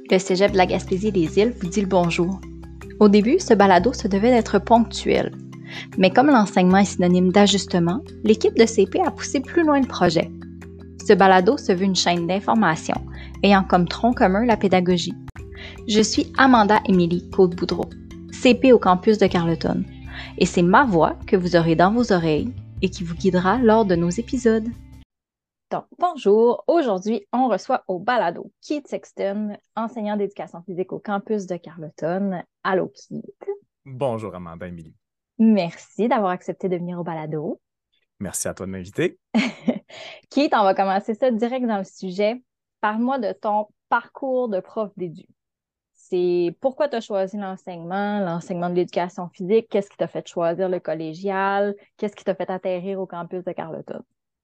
Le Cégep de la Gaspésie-des-Îles vous dit le bonjour. Au début, ce balado se devait d'être ponctuel. Mais comme l'enseignement est synonyme d'ajustement, l'équipe de CP a poussé plus loin le projet. Ce balado se veut une chaîne d'information, ayant comme tronc commun la pédagogie. Je suis Amanda Émilie Côte-Boudreau, CP au campus de Carleton, et c'est ma voix que vous aurez dans vos oreilles et qui vous guidera lors de nos épisodes. Donc, bonjour! Aujourd'hui, on reçoit au balado Keith Sexton, enseignant d'éducation physique au campus de Carleton. Allô, Keith! Bonjour, Amanda Émilie. Merci d'avoir accepté de venir au balado. Merci à toi de m'inviter. Keith, on va commencer ça direct dans le sujet. Parle-moi de ton parcours de prof d'édu. C'est pourquoi tu as choisi l'enseignement de l'éducation physique, qu'est-ce qui t'a fait choisir le collégial, qu'est-ce qui t'a fait atterrir au campus de Carleton?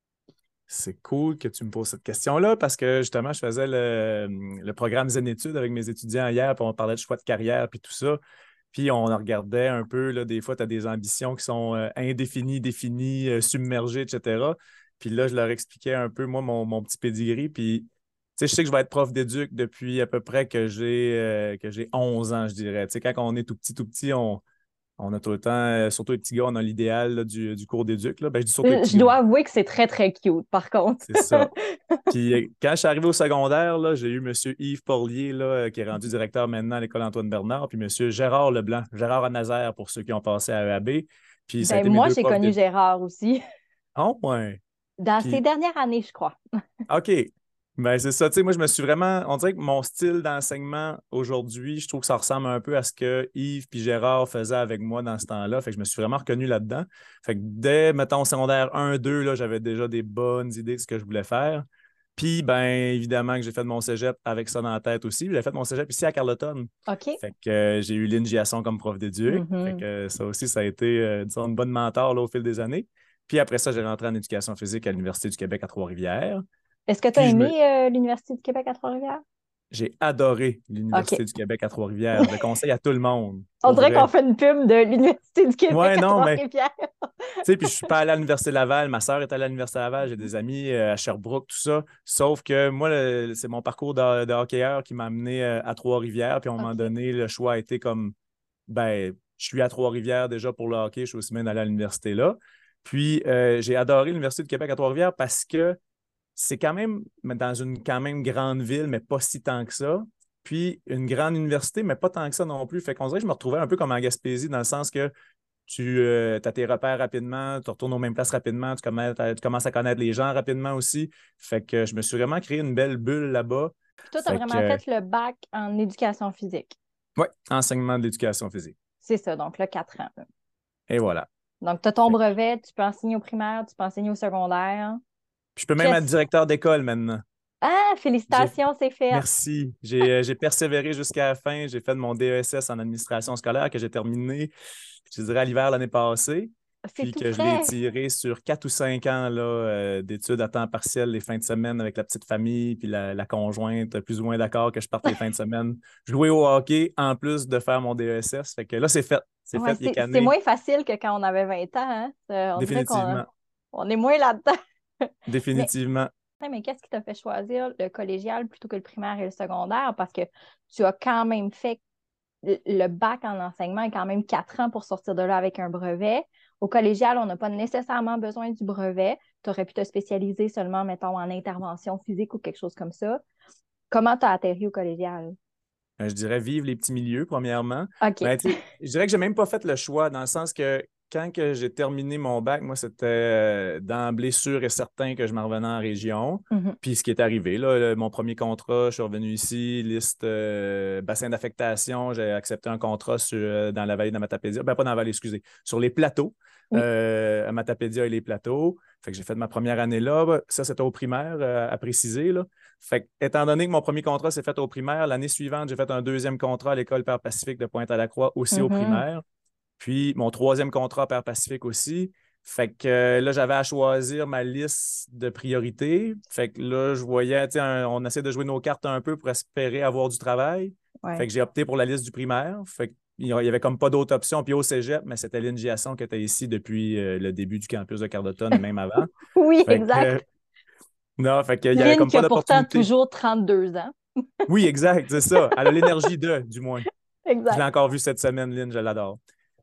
C'est cool que tu me poses cette question-là parce que justement, je faisais le programme Zen-Études avec mes étudiants hier, puis on parlait de choix de carrière, puis tout ça. Puis on regardait un peu, là, des fois, tu as des ambitions qui sont indéfinies, définies, submergées, etc. Puis là, je leur expliquais un peu, moi, mon petit pedigree. Puis, tu sais, je sais que je vais être prof d'éduc depuis à peu près que j'ai 11 ans, je dirais. Tu sais, quand on est tout petit, on a tout le temps, surtout les petits gars, on a l'idéal là, du cours d'éduc. Là. Ben, je dis surtout les petits Je gars. dois avouer que c'est très, très cute, par contre. C'est ça. Puis quand je suis arrivé au secondaire, là, j'ai eu M. Yves Porlier, là, qui est rendu directeur maintenant à l'école Antoine Bernard, puis M. Gérard Leblanc, Gérard Anazaire pour ceux qui ont passé à EAB. Puis ça a Ben, été mes moi, deux j'ai profs connu d'éduc. Gérard aussi, Oh, ouais. dans ses Puis, dernières années, je crois. OK. Ben, c'est ça. Tu sais, moi, je me suis vraiment. On dirait que mon style d'enseignement aujourd'hui, je trouve que ça ressemble un peu à ce que Yves puis Gérard faisaient avec moi dans ce temps-là. Fait que je me suis vraiment reconnu là-dedans. Fait que dès, mettons, secondaire 1, 2, là, j'avais déjà des bonnes idées de ce que je voulais faire. Puis, ben, évidemment que j'ai fait mon cégep avec ça dans la tête aussi. J'ai fait mon cégep ici à Carleton. OK. Fait que j'ai eu Lynn Giasson comme prof d'éduc. Fait Mhm. que ça aussi, ça a été, disons, une bonne mentor là, au fil des années. Puis après ça, j'ai rentré en éducation physique à l'Université du Québec à Trois-Rivières. Est-ce que tu as Puis aimé l'Université du Québec à Trois-Rivières? j'ai adoré OK. l'Université du Québec à Trois-Rivières. Je le conseille à tout le monde, On pour dirait qu'on vrai. fait une pub de l'Université du Québec Ouais, à non, mais Trois-Rivières. tu sais, puis je suis pas allé à l'Université Laval. Ma sœur est allée à l'Université Laval. J'ai des amis à Sherbrooke, tout ça. Sauf que moi, c'est mon parcours de hockeyeur qui m'a amené à Trois-Rivières. Puis à un moment OK. donné, le choix a été comme, ben, je suis à Trois-Rivières déjà pour le hockey. Je suis aussi bien d'aller à l'université là. Puis j'ai adoré l'Université du Québec à Trois-Rivières parce que c'est quand même dans une quand même grande ville, mais pas si tant que ça. Puis une grande université, mais pas tant que ça non plus. Fait qu'on dirait que je me retrouvais un peu comme en Gaspésie, dans le sens que tu as tes repères rapidement, tu retournes aux mêmes places rapidement, tu commences à connaître les gens rapidement aussi. Fait que je me suis vraiment créé une belle bulle là-bas. Puis toi, tu as Fait vraiment que, fait le bac en éducation physique. ouais, enseignement de l'éducation physique. C'est ça, donc là, 4 ans. Et voilà. Donc, tu as ton Fait que- brevet, tu peux enseigner au primaire, tu peux enseigner au secondaire. Puis je peux même être Qu'est-ce... directeur d'école maintenant. Ah, J'ai félicitations, c'est fait. Merci. J'ai persévéré jusqu'à la fin. J'ai fait mon DESS en administration scolaire que j'ai terminé, je dirais, à l'hiver l'année passée. C'est Puis tout que je l'ai frais. étiré sur 4 ou 5 ans là, d'études à temps partiel les fins de semaine avec la petite famille, puis la conjointe, plus ou moins d'accord que je parte les fins de semaine jouer au hockey en plus de faire mon DESS. Fait que là, c'est fait. C'est Ouais, fait, il est c'est canné. moins facile que quand on avait 20 ans, hein. On dirait qu'on Définitivement. on est moins là-dedans. Mais, Définitivement. ouais, mais qu'est-ce qui t'a fait choisir le collégial plutôt que le primaire et le secondaire? Parce que tu as quand même fait le bac en enseignement est quand même 4 ans pour sortir de là avec un brevet. Au collégial, on n'a pas nécessairement besoin du brevet. Tu aurais pu te spécialiser seulement, mettons, en intervention physique ou quelque chose comme ça. Comment tu as atterri au collégial? Je dirais vivre les petits milieux, premièrement. OK. Mais tu sais, je dirais que j'ai même pas fait le choix, dans le sens que quand que j'ai terminé mon bac, moi, c'était d'emblée sûr et certain que je m'en revenais en région. Mhm. Puis ce qui est arrivé, là, mon premier contrat, je suis revenu ici, liste bassin d'affectation, j'ai accepté un contrat dans la vallée de Matapédia. Ben, pas dans la vallée, excusez, sur les plateaux, Oui. à Matapédia et les plateaux. Fait que j'ai fait ma première année là. Ça, c'était au primaire, à préciser, là. Fait que, étant donné que mon premier contrat s'est fait au primaire, l'année suivante, j'ai fait un deuxième contrat à l'École Père Pacifique de Pointe-à-la-Croix, aussi au Mhm. primaire. Puis mon troisième contrat à Père Pacifique aussi. Fait que là, j'avais à choisir ma liste de priorités. Fait que là, je voyais, tu sais, on essaie de jouer nos cartes un peu pour espérer avoir du travail. Fait Ouais. que j'ai opté pour la liste du primaire. Fait qu'il y avait comme pas d'autre option. Puis au cégep, mais c'était Lynn Giasson qui était ici depuis le début du campus de Carleton et même avant. Oui, Fait que, exact. non, fait qu'il y avait Lynn comme qui pas a pourtant d'opportunité. toujours 32 ans. Oui, exact, c'est ça. Elle a l'énergie de, du moins. Je l'ai Exact. encore vue cette semaine, Lynn, je l'adore.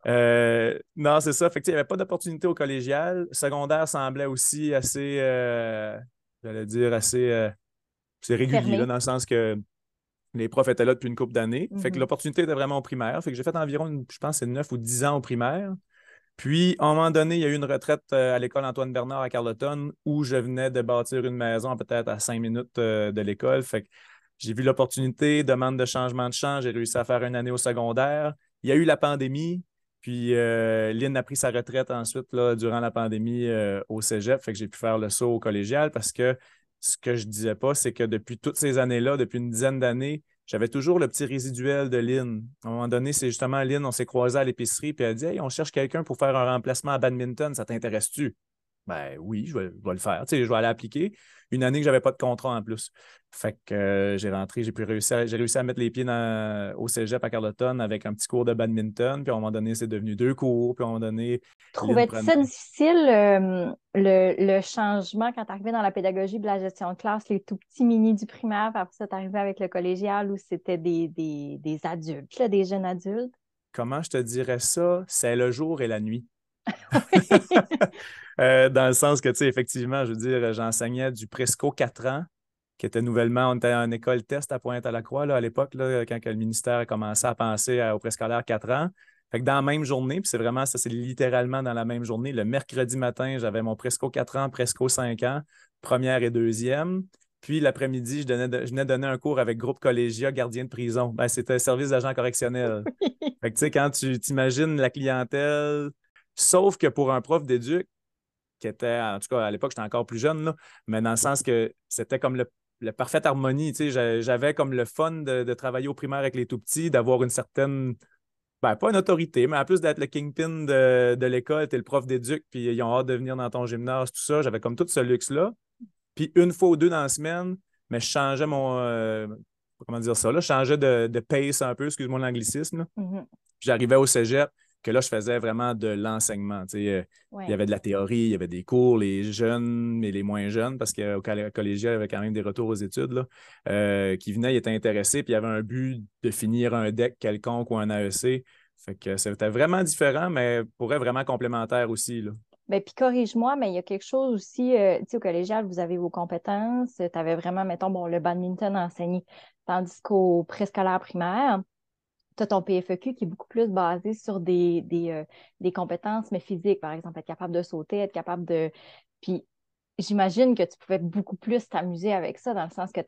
Non, c'est ça. Fait que, il n'y avait pas d'opportunité au collégial. Secondaire semblait aussi assez, j'allais dire, assez régulier, là, Fermé. dans le sens que les profs étaient là depuis une couple d'années. Fait que Mhm. l'opportunité était vraiment au primaire. Fait que j'ai fait environ, je pense, c'est 9 ou 10 ans au primaire. Puis, à un moment donné, il y a eu une retraite à l'école Antoine Bernard à Carleton où je venais de bâtir une maison peut-être à 5 minutes de l'école. Fait que j'ai vu l'opportunité, demande de changement de champ. J'ai réussi à faire une année au secondaire. Il y a eu la pandémie. Puis, Lynn a pris sa retraite ensuite là, durant la pandémie au cégep. Fait que j'ai pu faire le saut au collégial parce que ce que je disais pas, c'est que depuis toutes ces années-là, depuis une dizaine d'années, j'avais toujours le petit résiduel de Lynn. À un moment donné, c'est justement Lynn, on s'est croisés à l'épicerie, puis elle a dit Hey, on cherche quelqu'un pour faire un remplacement à badminton, ça t'intéresse-tu? Ben oui, je vais le faire. Tu sais, je vais aller appliquer. Une année que je n'avais pas de contrat en plus. Fait que j'ai rentré, j'ai réussi à mettre les pieds au cégep à Carleton avec un petit cours de badminton. Puis à un moment donné, c'est devenu 2 cours. Puis à un moment donné, Lynn Trouvais-tu prenait. ça difficile, le changement quand tu arrivais dans la pédagogie de la gestion de classe, les tout petits mini du primaire, puis après ça, tu arrivais avec le collégial où c'était des adultes, là, des jeunes adultes? Comment je te dirais ça? C'est le jour et la nuit. Oui. Dans le sens que, tu sais, effectivement, je veux dire, j'enseignais du Presco 4 ans, qui était nouvellement, on était en école test à Pointe-à-la-Croix, là, à l'époque, là, quand que le ministère a commencé à penser au préscolaire 4 ans. Fait que dans la même journée, puis c'est vraiment, ça, c'est littéralement dans la même journée, le mercredi matin, j'avais mon Presco 4 ans, Presco 5 ans, première et deuxième. Puis l'après-midi, je venais donner un cours avec groupe collégiat, gardien de prison. Ben, c'était service d'agent correctionnel. Fait que, tu sais, quand tu t'imagines la clientèle, sauf que pour un prof d'éduc, qui était, en tout cas, à l'époque, j'étais encore plus jeune, là, mais dans le sens que c'était comme le parfaite harmonie. Tu sais, j'avais comme le fun de travailler au primaire avec les tout petits, d'avoir une certaine, ben, pas une autorité, mais en plus d'être le kingpin de l'école, tu es le prof d'éduc, puis ils ont hâte de venir dans ton gymnase, tout ça. J'avais comme tout ce luxe-là. Puis une fois ou deux dans la semaine, mais je changeais comment dire ça, là, je changeais de pace un peu, excuse-moi l'anglicisme, là. Mhm. J'arrivais au cégep, que là, je faisais vraiment de l'enseignement. Tu sais, il y Ouais. avait de la théorie, il y avait des cours, les jeunes et les moins jeunes, parce qu'au collégial, il y avait quand même des retours aux études, là, qui venaient, ils étaient intéressés, puis il y avait un but de finir un DEC quelconque ou un AEC. Fait que c'était vraiment différent, mais pour être vraiment complémentaire aussi, là. Ben, puis corrige-moi, mais il y a quelque chose aussi, tu sais, au collégial, vous avez vos compétences, tu avais vraiment, mettons, bon, le badminton enseigné, tandis qu'au préscolaire primaire, tu as ton PFEQ qui est beaucoup plus basé sur des compétences, mais physiques, par exemple, être capable de sauter, être capable de. Puis j'imagine que tu pouvais beaucoup plus t'amuser avec ça, dans le sens que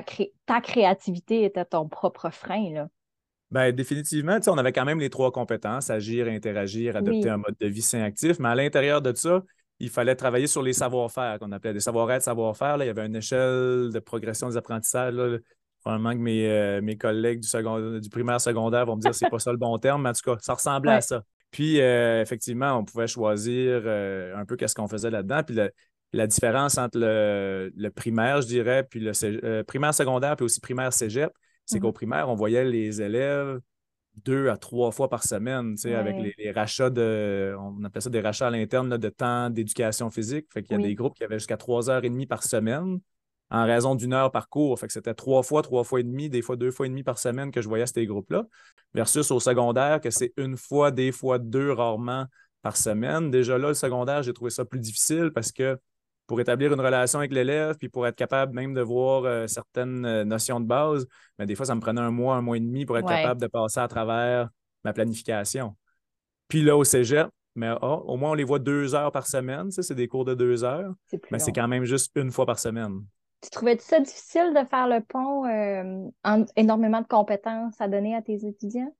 ta créativité était ton propre frein, là. Ben, définitivement, tu sais, on avait quand même les trois compétences, agir, interagir, adopter Oui, un mode de vie sain actif, mais à l'intérieur de ça, il fallait travailler sur les savoir-faire qu'on appelait des savoir-être, savoir-faire. Là. Il y avait une échelle de progression des apprentissages. Là. Probablement que mes collègues du primaire secondaire vont me dire que c'est pas ça le bon terme, mais en tout cas, ça ressemblait à ouais. ça. Puis, effectivement, on pouvait choisir un peu qu'est-ce qu'on faisait là-dedans. Puis, la différence entre le primaire, je dirais, puis primaire secondaire, puis aussi primaire cégep, c'est Mhm. qu'au primaire, on voyait les élèves 2 à 3 fois par semaine, tu sais, avec Ouais, les rachats on appelle ça des rachats à l'interne là, de temps d'éducation physique. Fait qu'il y a des oui. groupes qui avaient jusqu'à 3 heures et demie par semaine en raison d'1 heure par cours. Fait que c'était 3 fois et demi, des fois 2 fois et demi par semaine que je voyais ces groupes-là. Versus au secondaire, que c'est une fois, des fois deux, rarement par semaine. Déjà là, le secondaire, j'ai trouvé ça plus difficile parce que pour établir une relation avec l'élève, puis pour être capable même de voir certaines notions de base, mais des fois, ça me prenait un mois et demi pour être Ouais, capable de passer à travers ma planification. Puis là, au cégep, mais au moins, on les voit 2 heures par semaine. Ça, c'est des cours de 2 heures, c'est plus mais c'est long. quand même juste une fois par semaine. Tu trouvais ça difficile de faire le pont entre énormément de compétences à donner à tes étudiants?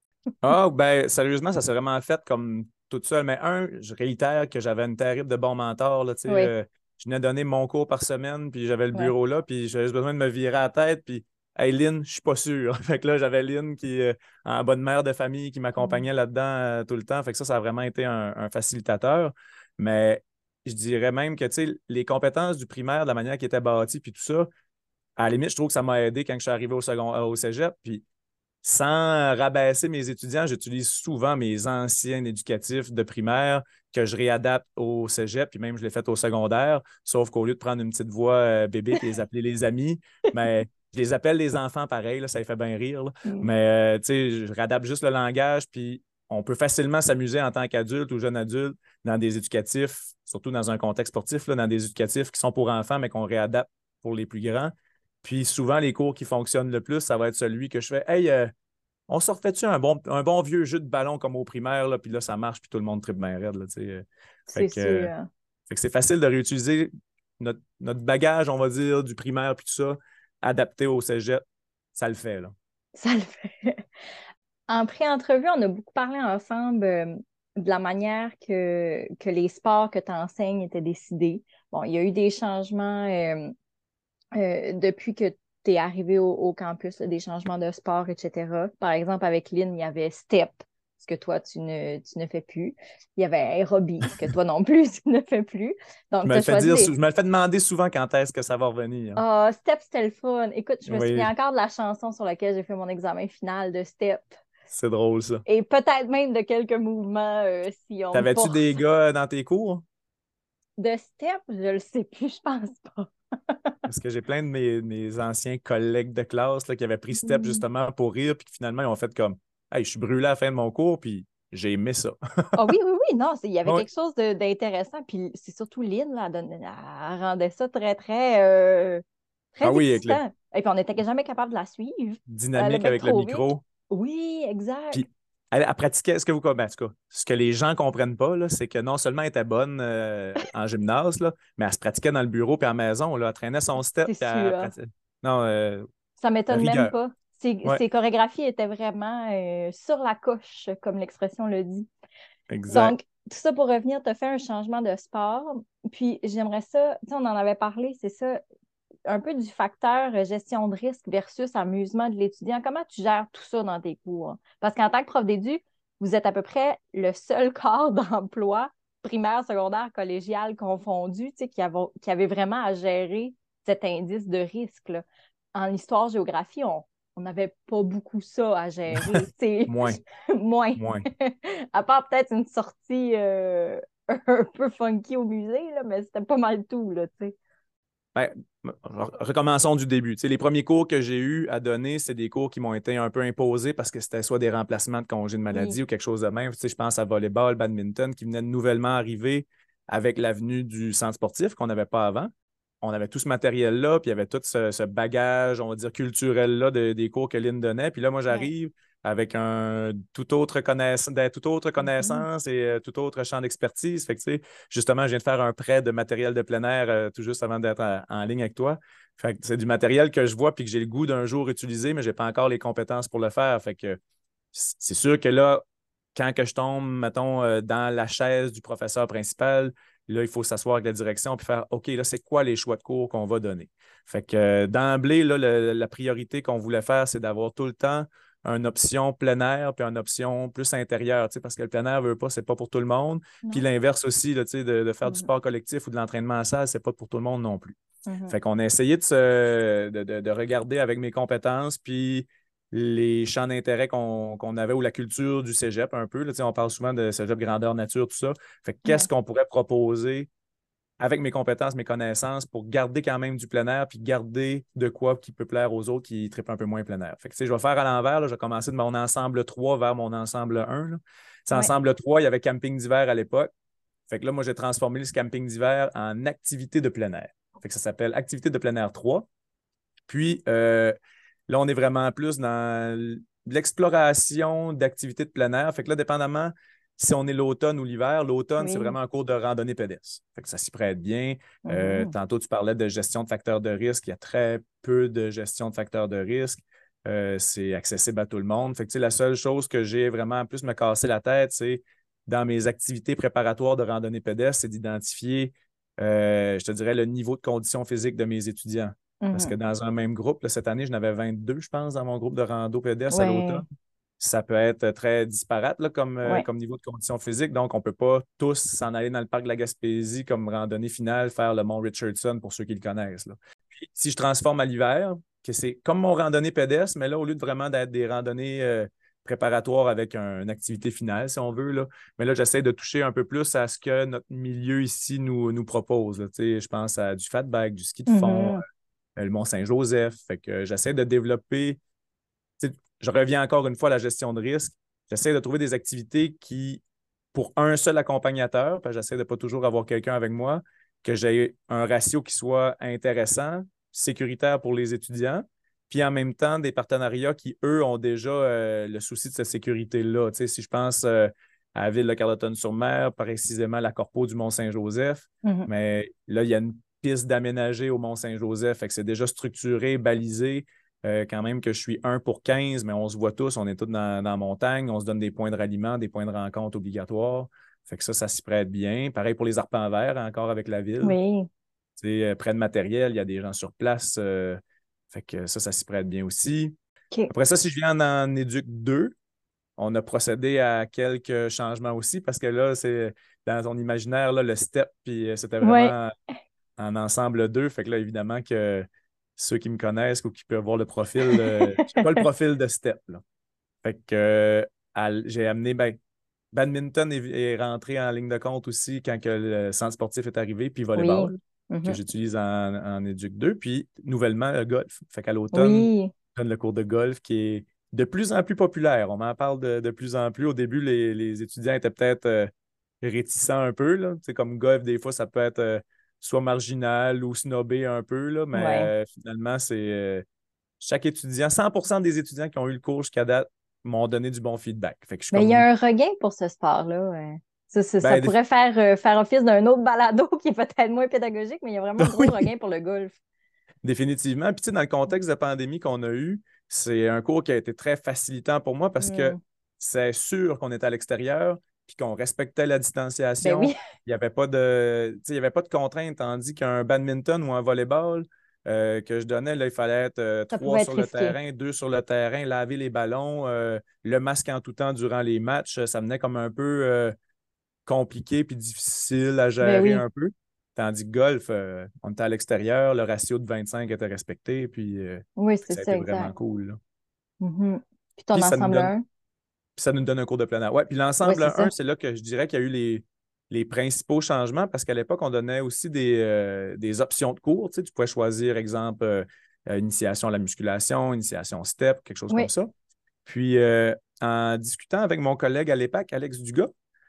Ah, ben, sérieusement, ça s'est vraiment fait comme toute seule. Mais je réitère que j'avais une terrible de bon mentor. Là, tu sais, Oui, je venais donner mon cours par semaine, puis j'avais le oui. bureau là, puis j'avais juste besoin de me virer à la tête, puis hey, Lynn, je suis pas sûr. Fait que là, j'avais Lynn qui, en bonne mère de famille, qui Mhm. m'accompagnait là-dedans tout le temps. Fait que ça a vraiment été un facilitateur. Mais je dirais même que, tu sais, les compétences du primaire, de la manière qui était bâtie, puis tout ça, à la limite, je trouve que ça m'a aidé quand je suis arrivé au cégep. Puis sans rabaisser mes étudiants, j'utilise souvent mes anciens éducatifs de primaire que je réadapte au cégep, puis même je l'ai fait au secondaire, sauf qu'au lieu de prendre une petite voix bébé et les appeler les amis, mais Je les appelle les enfants pareil, là, ça les fait bien rire. Là. Mm. Mais tu sais, je réadapte juste le langage, puis on peut facilement s'amuser en tant qu'adulte ou jeune adulte dans des éducatifs, surtout dans un contexte sportif, là, dans des éducatifs qui sont pour enfants, mais qu'on réadapte pour les plus grands. Puis souvent, les cours qui fonctionnent le plus, ça va être celui que je fais Hey, on se refait-tu un bon vieux jeu de ballon comme au primaire, là, puis là, ça marche, puis tout le monde tripe bien raide. Là, tu sais. C'est fait que, euh, sûr. fait que c'est facile de réutiliser notre bagage, on va dire, du primaire, puis tout ça, adapté au cégep. Ça le fait, là. Ça le fait. En pré-entrevue, on a beaucoup parlé ensemble de la manière que les sports que tu enseignes étaient décidés. Bon, il y a eu des changements depuis que tu es arrivé au campus, là, des changements de sport, etc. Par exemple, avec Lynn, il y avait STEP, ce que toi, tu ne fais plus. Il y avait aérobie, ce que toi non plus, tu ne fais plus. Donc, tu as choisi Je me le fais demander souvent quand est-ce que ça va revenir. Ah, STEP, c'était le fun. Écoute, je me souviens Oui, encore de la chanson sur laquelle j'ai fait mon examen final de STEP. c'est drôle, ça. Et peut-être même de quelques mouvements si on me T'avais-tu des force. gars dans tes cours? De STEP, je le sais plus, je pense pas. Parce que j'ai plein de mes anciens collègues de classe là, qui avaient pris STEP Hmm. justement pour rire, puis qui finalement ils ont fait comme Hey, je suis brûlé à la fin de mon cours, puis j'ai aimé ça. Ah oui, oui, oui, non, il y avait Oui. quelque chose d'intéressant. Puis c'est surtout Lynn, là, elle rendait ça très, très, Ah très oui, avec le excitant. Et puis on n'était jamais capable de la suivre. Elle dynamique allait avec le trop vite. micro. Oui, exact. Puis elle pratiquait, ce que vous, ben, en tout cas, ce que les gens ne comprennent pas, là, c'est que non seulement elle était bonne en gymnase, là, mais elle se pratiquait dans le bureau puis à la maison. Là, elle traînait son step C'est puis elle sûr. pratiquait. Non, Ça m'étonne même rigueur. pas. Ouais, Ses chorégraphies étaient vraiment sur la coche, comme l'expression le dit. exact. Donc, tout ça pour revenir, tu as fait un changement de sport. Puis j'aimerais ça, tu sais, on en avait parlé, c'est ça, un peu du facteur gestion de risque versus amusement de l'étudiant. Comment tu gères tout ça dans tes cours? Parce qu'en tant que prof d'édu, vous êtes à peu près le seul corps d'emploi, primaire, secondaire, collégial confondu, tu sais, qui avait vraiment à gérer cet indice de risque, là. En histoire-géographie, on n'avait pas beaucoup ça à gérer. C'est Moins, moins. moins. À part peut-être une sortie un peu funky au musée, là, mais c'était pas mal tout, là, tu sais. Ben, recommençons du début. Tu sais, les premiers cours que j'ai eu à donner, c'est des cours qui m'ont été un peu imposés parce que c'était soit des remplacements de congés de Oui. maladie ou quelque chose de même. Tu sais, je pense à volleyball, badminton, qui venait de nouvellement arriver avec l'avenue du centre sportif qu'on n'avait pas avant. On avait tout ce matériel-là, puis il y avait tout ce bagage, on va dire, culturel-là des cours que Lynn donnait. Puis là, moi, Ouais. j'arrive avec toute autre Mhm. connaissance et tout autre champ d'expertise. Fait que, tu sais, justement, je viens de faire un prêt de matériel de plein air tout juste avant d'être en ligne avec toi. Fait que c'est du matériel que je vois puis que j'ai le goût d'un jour utiliser, mais je n'ai pas encore les compétences pour le faire. Fait que c'est sûr que là, quand que je tombe, mettons, dans la chaise du professeur principal, là, il faut s'asseoir avec la direction et faire OK, là, c'est quoi les choix de cours qu'on va donner? Fait que d'emblée, là, la priorité qu'on voulait faire, c'est d'avoir tout le temps une option plein air puis une option plus intérieure, parce que le plein air veut pas, c'est pas pour tout le monde. Puis Non? l'inverse aussi, là, de faire du Mhm. sport collectif ou de l'entraînement en salle, c'est pas pour tout le monde non plus. Mhm. Fait qu'on a essayé de regarder avec mes compétences, puis les champs d'intérêt qu'on avait ou la culture du cégep un peu. Là, on parle souvent de cégep grandeur nature, tout ça. Fait que qu'est-ce Ouais. qu'on pourrait proposer avec mes compétences, mes connaissances pour garder quand même du plein air puis garder de quoi qui peut plaire aux autres qui trippent un peu moins plein air. Fait que, je vais faire à l'envers. Là, je vais commencer de mon ensemble 3 vers mon ensemble 1. Là. Ouais. Ensemble 3, il y avait camping d'hiver à l'époque. Fait que là, moi, j'ai transformé ce camping d'hiver en activité de plein air. Fait que ça s'appelle Activité de plein air 3. Puis là, on est vraiment plus dans l'exploration d'activités de plein air. Fait que là, dépendamment si on est l'automne ou l'hiver, l'automne, c'est Oui. vraiment un cours de randonnée pédestre. Fait que ça s'y prête bien. Mhm. Tantôt, tu parlais de gestion de facteurs de risque. Il y a très peu de gestion de facteurs de risque. C'est accessible à tout le monde. Fait que, la seule chose que j'ai vraiment plus me casser la tête, c'est dans mes activités préparatoires de randonnée pédestre, c'est d'identifier, je te dirais, le niveau de condition physique de mes étudiants. Parce que Mhm. dans un même groupe, là, cette année, j'en avais 22, je pense, dans mon groupe de rando pédestre à l'automne. Ouais. Ça peut être très disparate là, Ouais. comme niveau de condition physique. Donc, on ne peut pas tous s'en aller dans le parc de la Gaspésie comme randonnée finale, faire le mont Richardson pour ceux qui le connaissent. Là. Puis, si je transforme à l'hiver, que c'est comme mon randonnée pédestre, mais là, au lieu de vraiment d'être des randonnées préparatoires avec une activité finale, si on veut, là, mais là, j'essaie de toucher un peu plus à ce que notre milieu ici nous propose. Là. Tu sais, je pense à du fat bike, du ski de fond, Mhm. le Mont-Saint-Joseph. Fait que j'essaie de développer, je reviens encore une fois à la gestion de risque. J'essaie de trouver des activités qui, pour un seul accompagnateur, parce que j'essaie de ne pas toujours avoir quelqu'un avec moi, que j'ai un ratio qui soit intéressant, sécuritaire pour les étudiants, puis en même temps des partenariats qui, eux, ont déjà le souci de cette sécurité-là. Tu sais, si je pense à la ville de Carleton-sur-Mer, précisément la Corpo du Mont-Saint-Joseph, Mhm. mais là, il y a une piste d'aménager au Mont-Saint-Joseph, fait que c'est déjà structuré, balisé. Quand même que je suis 1 pour 15, mais on se voit tous, on est tous dans la montagne, on se donne des points de ralliement, des points de rencontre obligatoires. Fait que ça s'y prête bien. Pareil pour les arpents verts, encore avec la ville. Oui. Tu sais, près de matériel, il y a des gens sur place. Fait que ça s'y prête bien aussi. OK. Après ça, si je viens en Éduc 2, on a procédé à quelques changements aussi parce que là, c'est dans ton imaginaire, là, le step, puis c'était Oui. vraiment en ensemble 2. Fait que là, évidemment que ceux qui me connaissent ou qui peuvent voir le profil, je n'ai pas le profil de step. Là. Fait que j'ai amené, badminton est rentré en ligne de compte aussi quand que le centre sportif est arrivé, puis Oui. volleyball, que Mhm. j'utilise en Éduc 2, puis nouvellement le golf. Fait qu'à l'automne, Oui. je donne le cours de golf qui est de plus en plus populaire. On m'en parle de plus en plus. Au début, les étudiants étaient peut-être réticents un peu. Là. Tu sais, comme golf, des fois, ça peut être soit marginal ou snobé un peu, là, Ouais. mais finalement, c'est chaque étudiant, 100% des étudiants qui ont eu le cours jusqu'à date m'ont donné du bon feedback. Fait que je suis Mais il y a comme, un regain pour ce sport-là. Ça ben, pourrait faire office d'un autre balado qui est peut-être moins pédagogique, mais il y a vraiment un gros oui, regain pour le golf. définitivement. Puis, tu sais, dans le contexte de pandémie qu'on a eu, c'est un cours qui a été très facilitant pour moi parce que Hmm. c'est sûr qu'on était à l'extérieur puis qu'on respectait la Ben distanciation. oui, Il n'y avait pas de, tu sais, il y avait pas de contraintes, tandis qu'un badminton ou un volleyball que je donnais, là, il fallait être ça trois pouvait être sur le risqué. terrain, deux sur le terrain, laver les ballons, le masque en tout temps durant les matchs. Ça venait comme un peu compliqué puis difficile à Ben gérer oui, un peu. Tandis que golf, on était à l'extérieur, le ratio de 25 était respecté, puis oui, c'est ça a ça, été vraiment exact. cool. Là. Mhm. Puis ton Puis ça nous ensemble donne, un? puis ça nous donne un cours de plein air. Ouais, puis Oui, l'ensemble c'est un, ça. c'est là que je dirais qu'il y a eu les principaux changements parce qu'à l'époque, on donnait aussi des options de cours. Tu sais, tu pouvais choisir, exemple, initiation à la musculation, initiation step, quelque chose comme Oui. ça. Puis en discutant avec mon collègue à l'EPAC, Alex Dugas,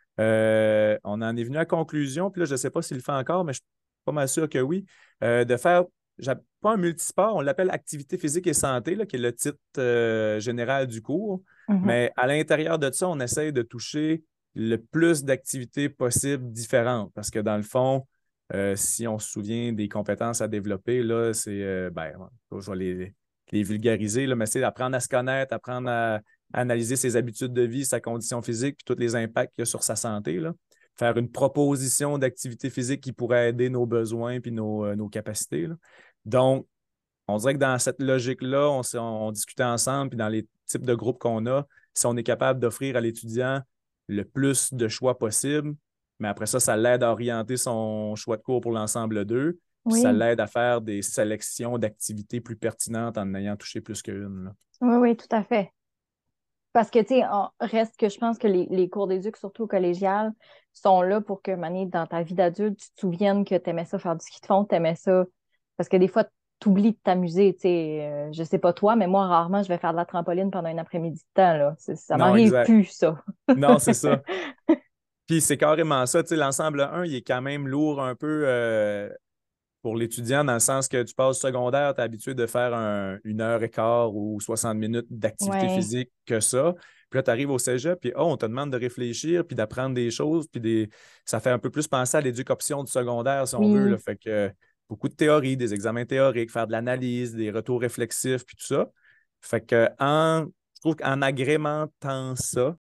on en est venu à la conclusion, puis là, je ne sais pas s'il le fait encore, mais je suis pas mal sûr que oui, de faire, pas un multisport, on l'appelle activité physique et santé, là, qui est le titre général du cours. Mhm. Mais à l'intérieur de ça, on essaye de toucher le plus d'activités possibles différentes. Parce que dans le fond, si on se souvient des compétences à développer, là, c'est, je vais les vulgariser, là, mais c'est apprendre à se connaître, apprendre à analyser ses habitudes de vie, sa condition physique, puis tous les impacts qu'il y a sur sa santé. Là. Faire une proposition d'activité physique qui pourrait aider nos besoins puis nos capacités. Là. Donc, on dirait que dans cette logique-là, on discutait ensemble, puis dans les types de groupes qu'on a, si on est capable d'offrir à l'étudiant le plus de choix possible, mais après ça, ça l'aide à orienter son choix de cours pour l'ensemble d'eux, puis ça Oui, l'aide à faire des sélections d'activités plus pertinentes en ayant touché plus qu'une. Là. oui, oui, tout à fait. Parce que, tu sais, reste que je pense que les cours d'éduc, surtout au collégial, sont là pour que, Mané, dans ta vie d'adulte, tu te souviennes que tu aimais ça faire du ski de fond, tu aimais ça. Parce que des fois, tu oublies de t'amuser, tu sais. Je sais pas toi, mais moi, rarement, je vais faire de la trampoline pendant un après-midi de temps, là. Ça Non, m'arrive exact. plus, ça. Non, c'est ça. Puis c'est carrément ça. Tu sais, l'ensemble un, il est quand même lourd un peu pour l'étudiant, dans le sens que tu passes secondaire, tu es habitué de faire une heure et quart ou 60 minutes d'activité Ouais. physique que ça. Puis là, tu arrives au cégep, puis on te demande de réfléchir, puis d'apprendre des choses, puis ça fait un peu plus penser à l'éducation du secondaire, si on veut. Là. Oui. Fait que beaucoup de théorie, des examens théoriques, faire de l'analyse, des retours réflexifs, puis tout ça. Fait que je trouve qu'en agrémentant ça,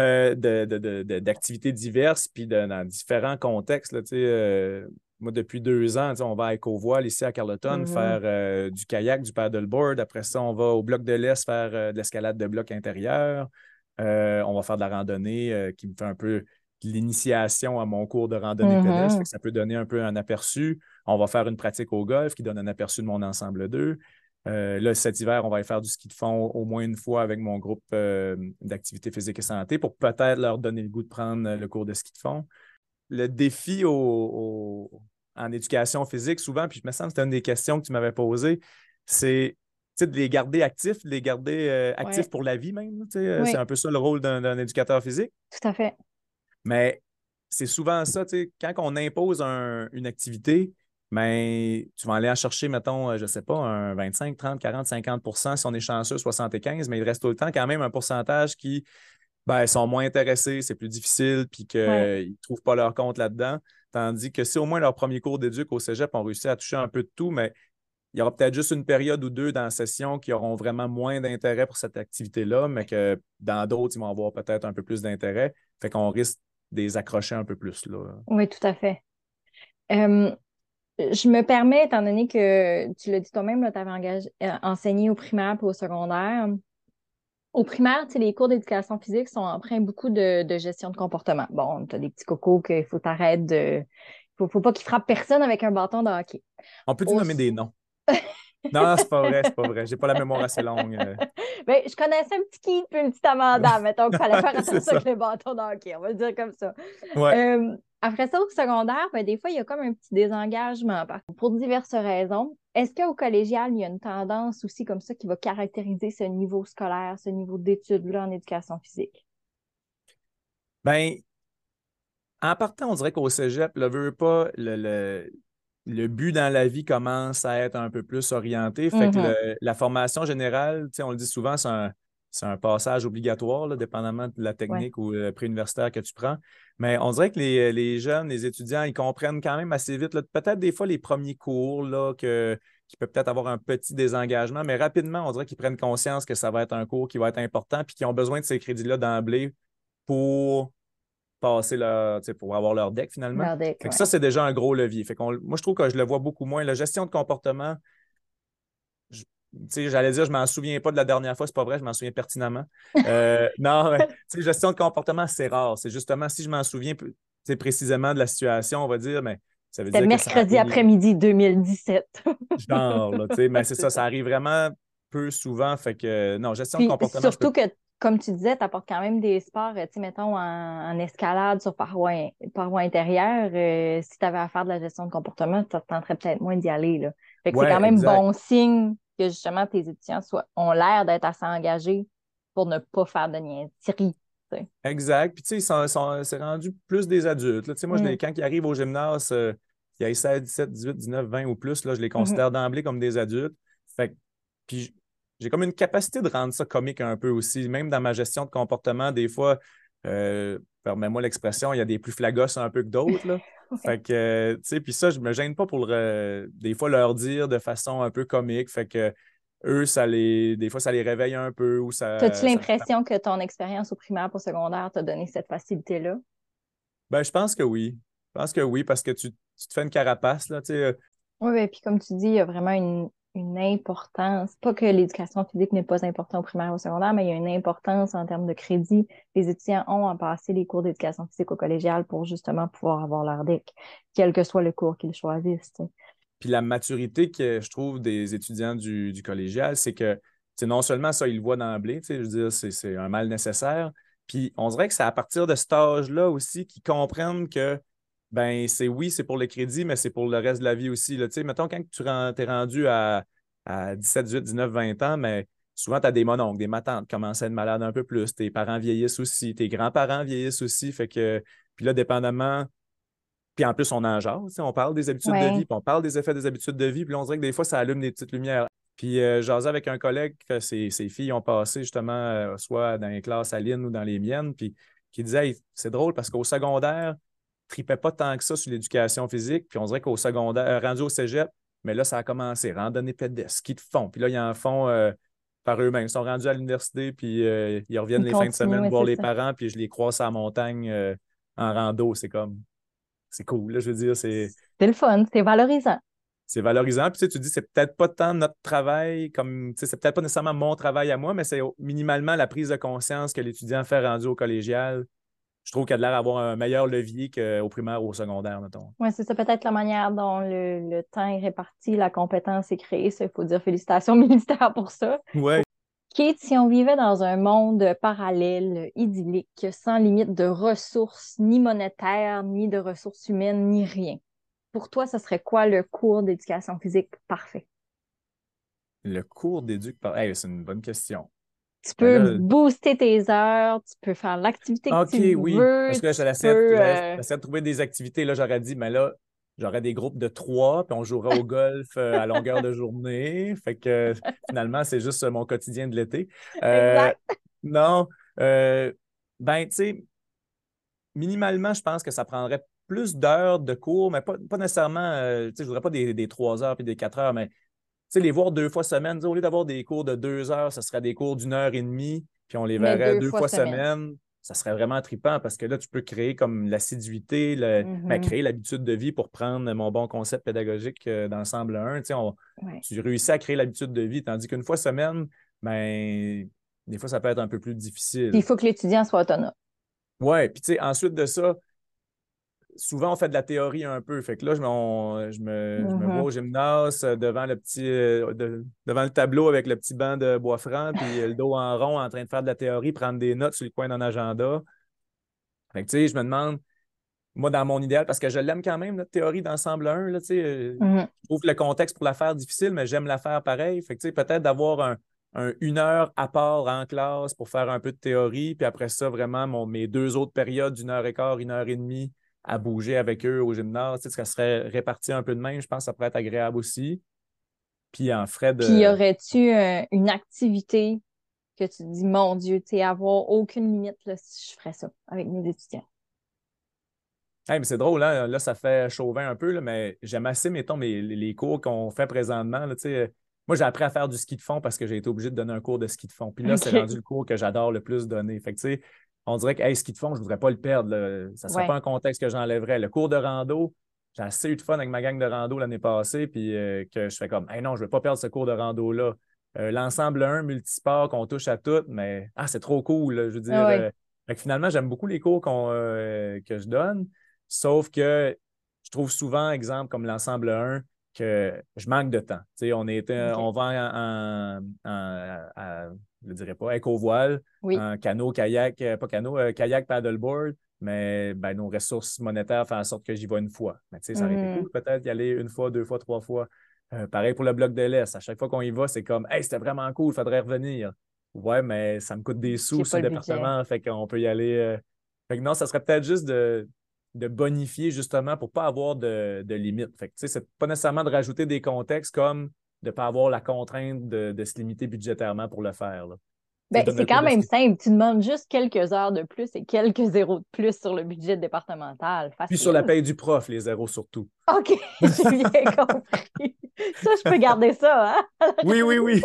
d'activités diverses, puis dans différents contextes. Là, moi, depuis 2 ans, on va à Écovoile, ici à Carleton, Mhm. faire du kayak, du paddleboard. Après ça, on va au bloc de l'Est faire de l'escalade de bloc intérieur. On va faire de la randonnée qui me fait un peu l'initiation à mon cours de randonnée pédestre. Fait Mhm. que ça peut donner un peu un aperçu. On va faire une pratique au golf qui donne un aperçu de mon ensemble d'eux. Là, cet hiver, on va aller faire du ski de fond au moins une fois avec mon groupe d'activité physique et santé pour peut-être leur donner le goût de prendre le cours de ski de fond. Le défi en éducation physique souvent, puis je me sens que c'était une des questions que tu m'avais posées, c'est de les garder actifs, de les garder actifs Ouais. pour la vie même. C'est Oui, un peu ça le rôle d'un éducateur physique. tout à fait. Mais c'est souvent ça, quand on impose une activité, mais tu vas aller en chercher, mettons, je ne sais pas, un 25, 30, 40, 50 si on est chanceux, 75, mais il reste tout le temps quand même un pourcentage qui sont moins intéressés, c'est plus difficile, puis qu'ils Ouais. ne trouvent pas leur compte là-dedans. Tandis que si au moins leur premier cours d'éduc au cégep ont réussi à toucher un peu de tout, mais il y aura peut-être juste une période ou deux dans la session qui auront vraiment moins d'intérêt pour cette activité-là, mais que dans d'autres, ils vont avoir peut-être un peu plus d'intérêt. Fait qu'on risque de les accrocher un peu plus, là. Oui, tout à fait. Euh, je me permets, étant donné que tu l'as dit toi-même, tu avais enseigné au primaire et au secondaire. Au primaire, tu sais, les cours d'éducation physique sont empreints beaucoup de gestion de comportement. Bon, tu as des petits cocos qu'il faut t'arrêter de. Faut pas qu'ils frappent personne avec un bâton de hockey. On peut-tu Au... nommer des noms? Non, c'est pas vrai, c'est pas vrai. J'ai pas la mémoire assez longue. Ben, je connaissais un petit Keith puis une petite Amanda, mettons qu'il fallait faire C'est attention ça. avec les bâtons de hockey, on va le dire comme ça. Ouais. Après ça, au secondaire, ben, des fois, il y a comme un petit désengagement pour diverses raisons. Est-ce qu'au collégial, il y a une tendance aussi comme ça qui va caractériser ce niveau scolaire, ce niveau d'études-là en éducation physique? Ben, en partant, on dirait qu'au cégep, le veut pas, le but dans la vie commence à être un peu plus orienté. Fait que Mhm. la formation générale, on le dit souvent, c'est un passage obligatoire, là, dépendamment de la Ouais. technique ou préuniversitaire que tu prends. Mais on dirait que les jeunes, les étudiants, ils comprennent quand même assez vite, là, peut-être des fois les premiers cours, là, qui peut peut-être avoir un petit désengagement, mais rapidement, on dirait qu'ils prennent conscience que ça va être un cours qui va être important puis qu'ils ont besoin de ces crédits-là d'emblée pour passer pour avoir leur deck finalement. Nordique, Fait que ouais. ça, c'est déjà un gros levier. Moi, je trouve que je le vois beaucoup moins. La gestion de comportement, j'allais dire, je m'en souviens pas de la dernière fois, c'est pas vrai, je m'en souviens pertinemment. Non, mais, gestion de comportement, c'est rare. C'est justement, si je m'en souviens précisément de la situation, on va dire, mais ça veut C'était dire que ça mercredi arrive, après-midi 2017. genre, là, mais c'est ça arrive vraiment peu souvent. Fait que, non, gestion de Puis comportement, je peux. surtout que, comme tu disais, tu apportes quand même des sports, tu sais, mettons, en escalade sur paroi intérieure. Si tu avais à faire de la gestion de comportement, tu tenterais peut-être moins d'y aller, là. Fait que c'est quand Ouais, même exact. bon signe que justement tes étudiants ont l'air d'être assez engagés pour ne pas faire de niaiseries. Tu sais. Exact. Puis, tu sais, c'est rendu plus des adultes, là. Tu sais, moi, Mm. quand ils arrivent au gymnase, il y a 16, 17, 18, 19, 20 ou plus, là, je les Mhm. considère d'emblée comme des adultes. Fait que, puis, j'ai comme une capacité de rendre ça comique un peu aussi. Même dans ma gestion de comportement, des fois, permets-moi l'expression, il y a des plus flagos un peu que d'autres, là. Ouais. Fait que, tu sais, puis ça, je me gêne pas pour des fois leur dire de façon un peu comique. Fait que, eux, des fois, ça les réveille un peu ou T'as-tu ça l'impression que ton expérience au primaire pour secondaire t'a donné cette facilité-là? Ben, je pense que oui. Je pense que oui, parce que tu te fais une carapace, là, tu sais. Oui, oui, puis comme tu dis, il y a vraiment une importance. Pas que l'éducation physique n'est pas importante au primaire ou au secondaire, mais il y a une importance en termes de crédit. Les étudiants ont à passer les cours d'éducation physique au collégial pour justement pouvoir avoir leur DEC, quel que soit le cours qu'ils choisissent. Tu sais. Puis la maturité que je trouve des étudiants du collégial, c'est que non seulement ça, ils le voient d'emblée, tu sais, je veux dire, c'est un mal nécessaire. Puis on dirait que c'est à partir de cet âge-là aussi qu'ils comprennent que ben oui, c'est pour le crédit, mais c'est pour le reste de la vie aussi. Là. Tu sais, mettons, quand tu es rendu à 17, 18, 19, 20 ans, mais souvent, tu as des mononcles, des matantes qui commencent à être malades un peu plus. Tes parents vieillissent aussi, tes grands-parents vieillissent aussi. Fait que, puis là, dépendamment, puis en plus, on en jase, tu sais, on parle des habitudes de Ouais. vie, puis on parle des effets des habitudes de vie, puis là, on dirait que des fois, ça allume des petites lumières. Puis jasais avec un collègue que ses filles ont passé justement soit dans les classes à Lynn ou dans les miennes, puis qui disait hey, c'est drôle parce qu'au secondaire, tripait pas tant que ça sur l'éducation physique, puis on dirait qu'au secondaire, rendu au cégep, mais là, ça a commencé, randonnée pédestre, ski de fond, puis là, ils en font par eux-mêmes. Ils sont rendus à l'université, puis ils reviennent Ils les fins de continuent, semaine mais voir c'est les ça. parents, puis je les croise à la montagne en rando. C'est cool. Là, je veux dire, C'est le fun, c'est valorisant. c'est valorisant. Puis tu dis, c'est peut-être pas tant notre travail, comme, c'est peut-être pas nécessairement mon travail à moi, mais c'est minimalement la prise de conscience que l'étudiant fait rendu au collégial. Je trouve qu'il a de l'air d'avoir un meilleur levier qu'au primaire ou au secondaire, mettons. Oui, c'est ça, peut-être la manière dont le temps est réparti, la compétence est créée. Ça, il faut dire félicitations au ministère pour ça. Ouais. Kate, si on vivait dans un monde parallèle, idyllique, sans limite de ressources, ni monétaires, ni de ressources humaines, ni rien, pour toi, ce serait quoi le cours d'éducation physique parfait? Le cours d'éduc par... Hey, c'est une bonne question. Tu Ben peux là, booster tes heures, tu peux faire l'activité que OK, tu oui. veux, Parce que là, tu peux... j'essaie de trouver des activités. Là, j'aurais dit, mais là, j'aurais des groupes de 3, puis on jouerait au golf à longueur de journée. Fait que finalement, c'est juste mon quotidien de l'été. Euh, Exact. non, euh, ben, tu sais, minimalement, je pense que ça prendrait plus d'heures de cours, mais pas nécessairement, tu sais, je voudrais pas des 3 heures puis des 4 heures, mais tu sais, les voir 2 fois semaine. Au lieu d'avoir des cours de 2 heures, ça serait des cours d'1 heure et demie, puis on les Mais verrait deux deux fois fois semaine. semaine. Ça serait vraiment trippant parce que là, tu peux créer comme l'assiduité, Mhm. créer l'habitude de vie pour prendre mon bon concept pédagogique d'ensemble 1. Tu sais, Ouais. tu réussis à créer l'habitude de vie, tandis qu'une fois semaine, ben, des fois, ça peut être un peu plus Puis il difficile. faut que l'étudiant soit autonome. Ouais, puis tu sais, ensuite de ça, souvent, on fait de la théorie un peu. Fait que là, je me vois Mhm. au gymnase devant devant le tableau avec le petit banc de bois franc, puis le dos en rond en train de faire de la théorie, prendre des notes sur le coin d'un agenda. Fait que, tu sais, je me demande, moi, dans mon idéal, parce que je l'aime quand même, notre théorie d'ensemble 1, là, tu sais, Mhm. je trouve le contexte pour la faire difficile, mais j'aime la faire pareil. Fait que, tu sais, peut-être d'avoir une heure à part en classe pour faire un peu de théorie, puis après ça, vraiment, mes 2 autres périodes d'1 heure et quart, 1 heure et demie à bouger avec eux au gymnase, tu sais, ça serait réparti un peu de même. Je pense que ça pourrait être agréable aussi. Puis en frais Puis y de. aurait-tu une activité que tu te dis, mon Dieu, tu sais, avoir aucune limite là, si je ferais ça avec mes étudiants? Hey, mais c'est drôle, hein? Là, ça fait chauvin un peu, là, mais j'aime assez, mettons, les cours qu'on fait présentement. Là, tu sais. Moi, j'ai appris à faire du ski de fond parce que j'ai été obligé de donner un cours de ski de fond. Puis là, c'est OK. rendu le cours que j'adore le plus donner. Fait que, tu sais, on dirait que hey, ski de fond, je ne voudrais pas le perdre, là. Ça ne serait pas Ouais. un contexte que j'enlèverais. Le cours de rando, j'ai assez eu de fun avec ma gang de rando l'année passée, puis que je fais comme, hey, non, je ne veux pas perdre ce cours de rando-là. L'ensemble 1, multisport, qu'on touche à tout, mais c'est trop cool, là. Je veux Ah dire, ouais. fait que finalement, j'aime beaucoup les cours que je donne. Sauf que je trouve souvent, exemple, comme l'ensemble 1, que je manque de temps. Tu sais, OK. on va je ne dirais pas, éco-voile, Oui. en canot, kayak, pas canot, kayak, paddleboard, mais ben, nos ressources monétaires font en sorte que j'y vais une fois. Mais tu sais, ça aurait été Mhm. cool peut-être d'y aller une fois, 2 fois, 3 fois. Pareil pour le bloc de l'Est. À chaque fois qu'on y va, c'est comme, hey, c'était vraiment cool, il faudrait revenir. Ouais, mais ça me coûte des sous J'ai sur pas le le budget. département, fait qu'on peut y aller. Fait que non, ça serait peut-être juste de bonifier justement pour ne pas avoir de limite. Fait que, tu sais, c'est pas nécessairement de rajouter des contextes comme de ne pas avoir la contrainte de se limiter budgétairement pour le faire. Là. Tu sais, je Ben, donne c'est un cours quand de même ski. simple. Tu demandes juste quelques heures de plus et quelques zéros de plus sur le budget départemental. Puis sur la Facile. paye du prof, les zéros surtout. OK, j'ai bien compris. Ça, je peux garder ça, hein? Oui, oui, oui.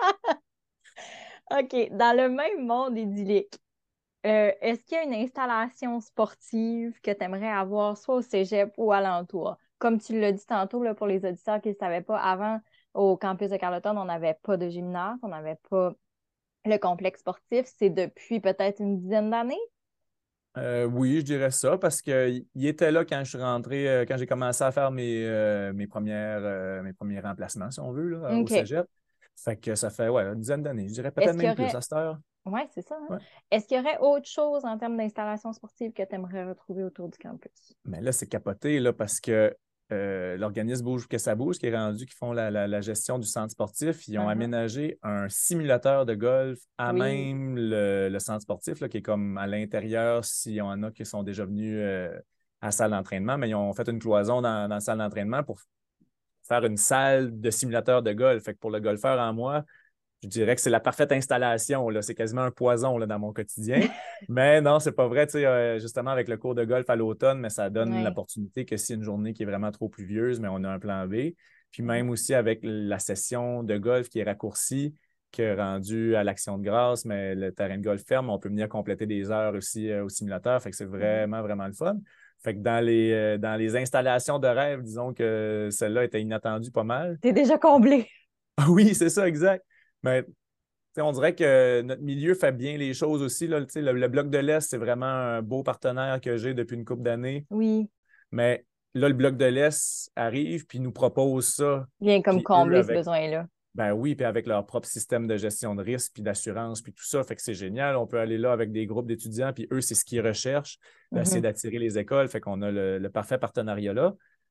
OK, dans le même monde idyllique, est-ce qu'il y a une installation sportive que tu aimerais avoir soit au cégep ou alentour? Comme tu l'as dit tantôt, là, pour les auditeurs qui ne savaient pas, avant, au campus de Carleton, on n'avait pas de gymnase, on n'avait pas le complexe sportif. C'est depuis peut-être une dizaine d'années? Oui, je dirais ça parce qu'il était là quand je suis rentré, quand j'ai commencé à faire mes premiers remplacements, si on veut, là, au OK. cégep. Fait que ça fait ouais, une dizaine d'années. Je dirais peut-être Est-ce qu'il y même plus aurait... à cette heure. Oui, c'est ça, hein? Ouais. Est-ce qu'il y aurait autre chose en termes d'installation sportive que tu aimerais retrouver autour du campus? Mais là, c'est capoté là, parce que l'organisme Bouge que ça bouge, qui est rendu, qui font la gestion du centre sportif, ils ont Uh-huh. aménagé un simulateur de golf à Oui. même le centre sportif, là, qui est comme à l'intérieur, s'il y en a qui sont déjà venus à la salle d'entraînement, mais ils ont fait une cloison dans la salle d'entraînement pour faire une salle de simulateur de golf. Fait que pour le golfeur en moi, je dirais que c'est la parfaite installation. Là. C'est quasiment un poison là, dans mon quotidien. Mais non, c'est pas vrai. Tu sais, justement, avec le cours de golf à l'automne, mais ça donne Oui. l'opportunité que si une journée qui est vraiment trop pluvieuse, mais on a un plan B. Puis Mhm. même aussi avec la session de golf qui est raccourcie, qui est rendue à l'Action de grâce, mais le terrain de golf ferme, on peut venir compléter des heures aussi au simulateur. Fait que c'est Mhm. vraiment, vraiment le fun. Fait que dans les installations de rêve, disons que celle-là était inattendue pas mal. T'es déjà comblé. Ah oui, c'est ça, exact. Mais sais, on dirait que notre milieu fait bien les choses aussi. Là. Le Bloc de l'Est, c'est vraiment un beau partenaire que j'ai depuis une couple d'années. Oui. Mais là, le Bloc de l'Est arrive puis nous propose ça. Vient comme Puis eux, combler ce besoin-là. ben oui, puis avec leur propre système de gestion de risque puis d'assurance puis tout ça. Fait que c'est génial. On peut aller là avec des groupes d'étudiants puis eux, c'est ce qu'ils recherchent, d'essayer Mhm. d'attirer les écoles. Fait qu'on a le parfait partenariat là.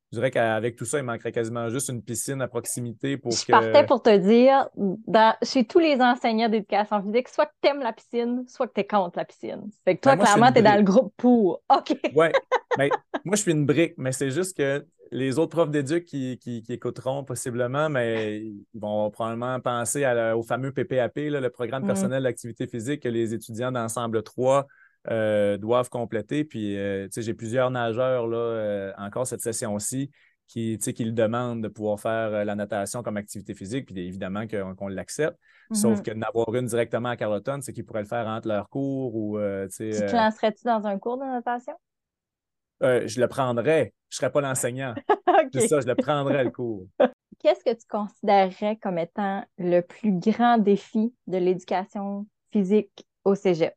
Je dirais qu'avec tout ça, il manquerait quasiment juste une piscine à proximité pour Je partais que. pour te dire, chez tous les enseignants d'éducation physique, soit que tu aimes la piscine, soit que tu es contre la piscine. Fait que Ben, toi, moi, je suis clairement, une tu es dans le brique. groupe pour. OK. Ouais. Ben, moi, je suis une brique, mais c'est juste que les autres profs d'éduc qui écouteront possiblement, mais ils vont probablement penser au fameux PPAP, là, le programme Mm. personnel d'activité physique que les étudiants d'ensemble 3 doivent compléter. Puis, tu sais, j'ai plusieurs nageurs là, encore cette session-ci qui le demandent de pouvoir faire la natation comme activité physique, puis évidemment qu'on l'accepte. Sauf Mhm. que n'avoir une directement à Carleton, c'est qu'ils pourraient le faire entre leurs cours ou, tu sais, Tu te lancerais-tu dans un cours de natation? je le prendrais. Je ne serais pas l'enseignant. C'est OK. ça, je le prendrais le cours. Qu'est-ce que tu considérerais comme étant le plus grand défi de l'éducation physique au cégep?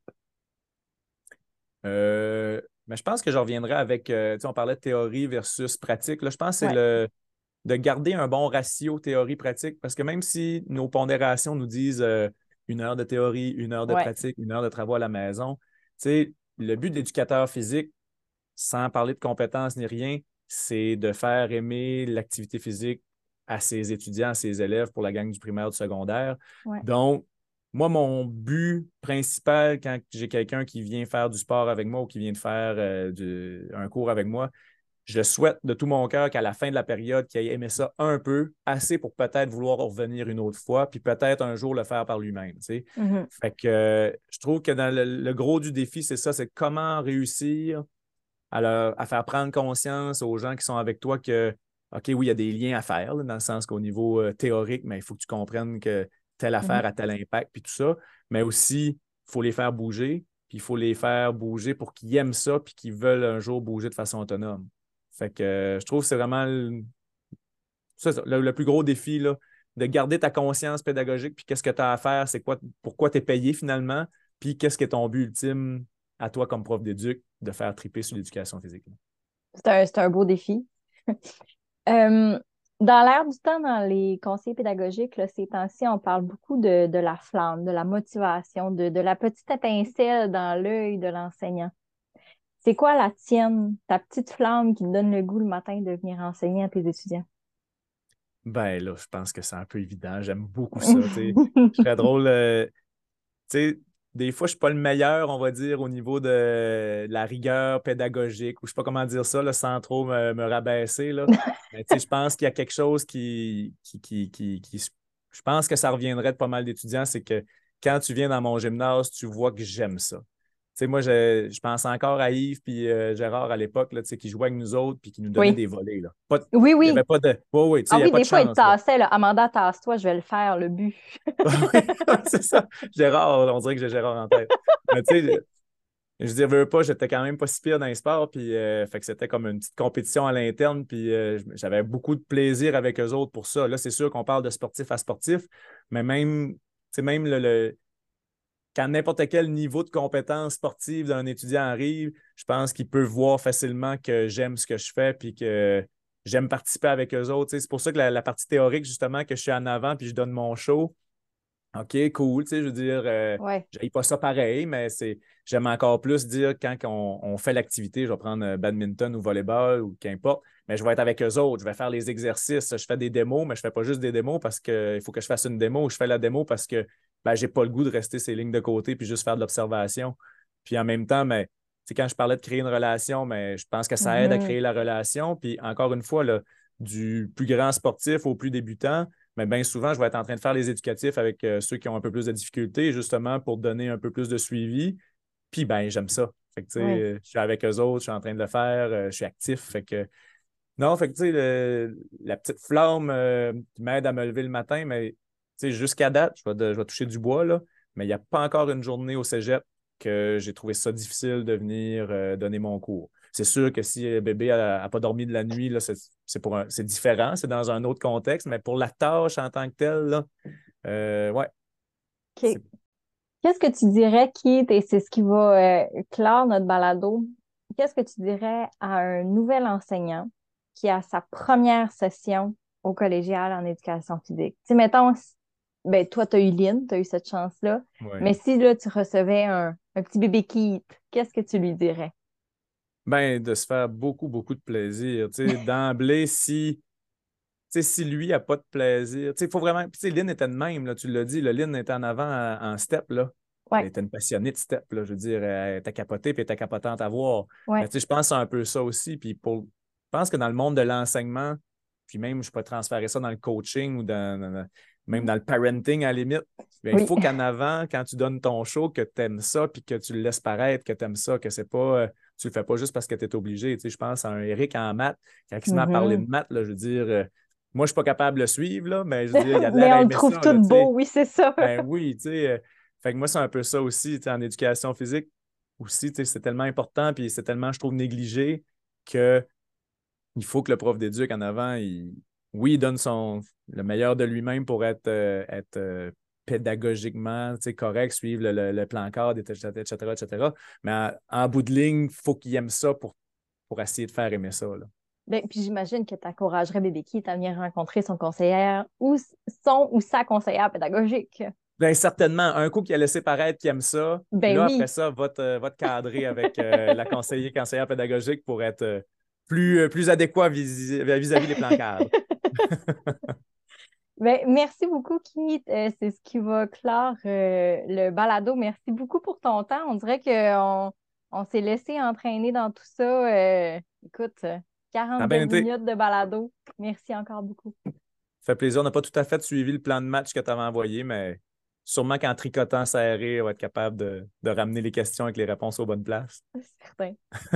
Mais je pense que je reviendrai avec, tu sais, on parlait de théorie versus pratique. Là, je pense que c'est Ouais, de garder un bon ratio théorie-pratique parce que même si nos pondérations nous disent 1 heure de théorie, 1 heure de ouais. pratique, 1 heure de travaux à la maison, tu sais, le but de l'éducateur physique, sans parler de compétences ni rien, c'est de faire aimer l'activité physique à ses étudiants, à ses élèves pour la gang du primaire, du secondaire. Ouais. Donc, moi, mon but principal quand j'ai quelqu'un qui vient faire du sport avec moi ou qui vient de faire un cours avec moi, je souhaite de tout mon cœur qu'à la fin de la période, qu'il ait aimé ça un peu, assez pour peut-être vouloir revenir une autre fois, puis peut-être un jour le faire par lui-même. Tu sais. Mhm. Fait que je trouve que dans le gros du défi, c'est ça, c'est comment réussir à faire prendre conscience aux gens qui sont avec toi que, OK, oui, il y a des liens à faire, là, dans le sens qu'au niveau théorique, mais il faut que tu comprennes que telle Mhm. affaire a tel impact, puis tout ça. Mais aussi, il faut les faire bouger, puis il faut les faire bouger pour qu'ils aiment ça, puis qu'ils veulent un jour bouger de façon autonome. Fait que je trouve que c'est vraiment le plus gros défi, là, de garder ta conscience pédagogique, puis qu'est-ce que tu as à faire, c'est quoi, pourquoi tu es payé finalement, puis qu'est-ce qui est ton but ultime à toi comme prof d'éduc, de faire triper sur l'éducation physique. C'est un beau défi. Euh, Dans l'air du temps, dans les conseils pédagogiques, là, ces temps-ci, on parle beaucoup de la flamme, de la motivation, de la petite étincelle dans l'œil de l'enseignant. C'est quoi la tienne, ta petite flamme qui te donne le goût le matin de venir enseigner à tes étudiants? Ben là, je pense que c'est un peu évident. J'aime beaucoup ça. Tu sais. Je serais drôle. Tu sais, des fois, je ne suis pas le meilleur, on va dire, au niveau de la rigueur pédagogique, ou je ne sais pas comment dire ça, là, sans trop me rabaisser. Là. Mais tu sais, je pense qu'il y a quelque chose je pense que ça reviendrait de pas mal d'étudiants, c'est que quand tu viens dans mon gymnase, tu vois que j'aime ça. Tu sais, moi, je pense encore à Yves puis Gérard à l'époque, là, tu sais, qui jouaient avec nous autres puis qui nous donnaient Oui, des volets. Là. oui, Il n'y avait oui. pas de. Oui, oui, tu sais, il Ah n'y avait oui, pas de des fois, il te chance. Là. tassait, là. Amanda, tasse-toi, je vais le faire, le but. Oui, c'est ça. Gérard, on dirait que j'ai Gérard en tête. Mais tu sais, je dis, veux pas, j'étais quand même pas si pire dans les sports, puis fait que c'était comme une petite compétition à l'interne, puis j'avais beaucoup de plaisir avec eux autres pour ça. Là, c'est sûr qu'on parle de sportif à sportif, mais même, tu sais, même quand n'importe quel niveau de compétence sportive d'un étudiant arrive, je pense qu'il peut voir facilement que j'aime ce que je fais, puis que j'aime participer avec eux autres. Tu sais, c'est pour ça que la partie théorique, justement, que je suis en avant, puis je donne mon show. OK, cool, tu sais, je veux dire, Ouais. j'aille pas ça pareil, mais j'aime encore plus dire quand on fait l'activité, je vais prendre badminton ou volleyball ou qu'importe, mais je vais être avec eux autres, je vais faire les exercices, je fais des démos, mais je fais pas juste des démos parce qu'il faut que je fasse une démo, je fais la démo parce que ben, j'ai pas le goût de rester ces lignes de côté puis juste faire de l'observation. Puis en même temps, mais, tu sais, quand je parlais de créer une relation, mais je pense que ça aide à Mhm. créer la relation. Puis encore une fois, là, du plus grand sportif au plus débutant, mais bien souvent, je vais être en train de faire les éducatifs avec ceux qui ont un peu plus de difficultés, justement pour donner un peu plus de suivi. Puis, ben, j'aime ça. Fait que, tu sais, Oui. je suis avec eux autres, je suis en train de le faire, je suis actif. Fait que, non, fait que, tu sais, la petite flamme qui m'aide à me lever le matin, mais, tu sais, jusqu'à date, je vais toucher du bois, là, mais il n'y a pas encore une journée au cégep que j'ai trouvé ça difficile de venir donner mon cours. C'est sûr que si bébé n'a pas dormi de la nuit, là, c'est différent, c'est dans un autre contexte, mais pour la tâche en tant que telle, là, ouais, OK. Qu'est-ce que tu dirais qui est, et c'est ce qui va clore notre balado, qu'est-ce que tu dirais à un nouvel enseignant qui a sa première session au collégial en éducation physique? Tu sais, mettons, ben, toi, tu as eu Lynn, tu as eu cette chance-là, mais ouais. si là, tu recevais un petit bébé Keith, qu'est-ce que tu lui dirais? Ben, de se faire beaucoup, beaucoup de plaisir. Tu sais, d'emblée, si lui n'a pas de plaisir, tu sais, il faut vraiment. Puis, tu sais, Lynn était de même, là, tu l'as dit, le Lynn était en avant en step, là. Elle Ouais, était une passionnée de step, là. Je veux dire, elle était capotée, puis elle était capotante à voir. Mais, ouais. tu sais, je pense que c'est un peu ça aussi. Puis, je pense que dans le monde de l'enseignement, puis même, je peux transférer ça dans le coaching ou même dans le parenting à la limite. Bien, il Oui. faut qu'en avant, quand tu donnes ton show, que tu aimes ça, puis que tu le laisses paraître, que tu aimes ça, que c'est pas. Tu le fais pas juste parce que tu es obligé. Tu sais, je pense à un Eric en maths, quand il se met à parler de Mhm. maths, là, je veux dire, moi, je suis pas capable de le suivre, là, mais je veux dire, il a de l'air Mais à on le aimer trouve ça, tout là, tu beau, sais. oui, c'est ça. Ben oui, tu sais. Fait que moi, c'est un peu ça aussi, tu sais, en éducation physique aussi, tu sais, c'est tellement important, puis c'est tellement, je trouve, négligé que il faut que le prof d'éduc en avant, oui, il donne le meilleur de lui-même pour être pédagogiquement, tu sais, correct, suivre le plan cadre, etc., etc., etc. Mais en bout de ligne, il faut qu'il aime ça pour essayer de faire aimer ça, là. Ben, puis j'imagine que tu encouragerais Bébé Keith à venir rencontrer son conseillère ou son ou sa conseillère pédagogique. Bien, certainement, un coup qui a laissé paraître qu'il aime ça, puis Ben là, après oui. ça, va te cadrer avec la conseillère pédagogique pour être plus adéquat vis-à-vis des plans cadres. Ben, merci beaucoup, Keith. C'est ce qui va clore le balado. Merci beaucoup pour ton temps. On dirait qu'on s'est laissé entraîner dans tout ça. Écoute, Ça a 42 bien été. minutes de balado. Merci encore beaucoup. Ça fait plaisir. On n'a pas tout à fait suivi le plan de match que tu avais envoyé, mais sûrement qu'en tricotant serré, on va être capable de ramener les questions avec les réponses aux bonnes places. Certain.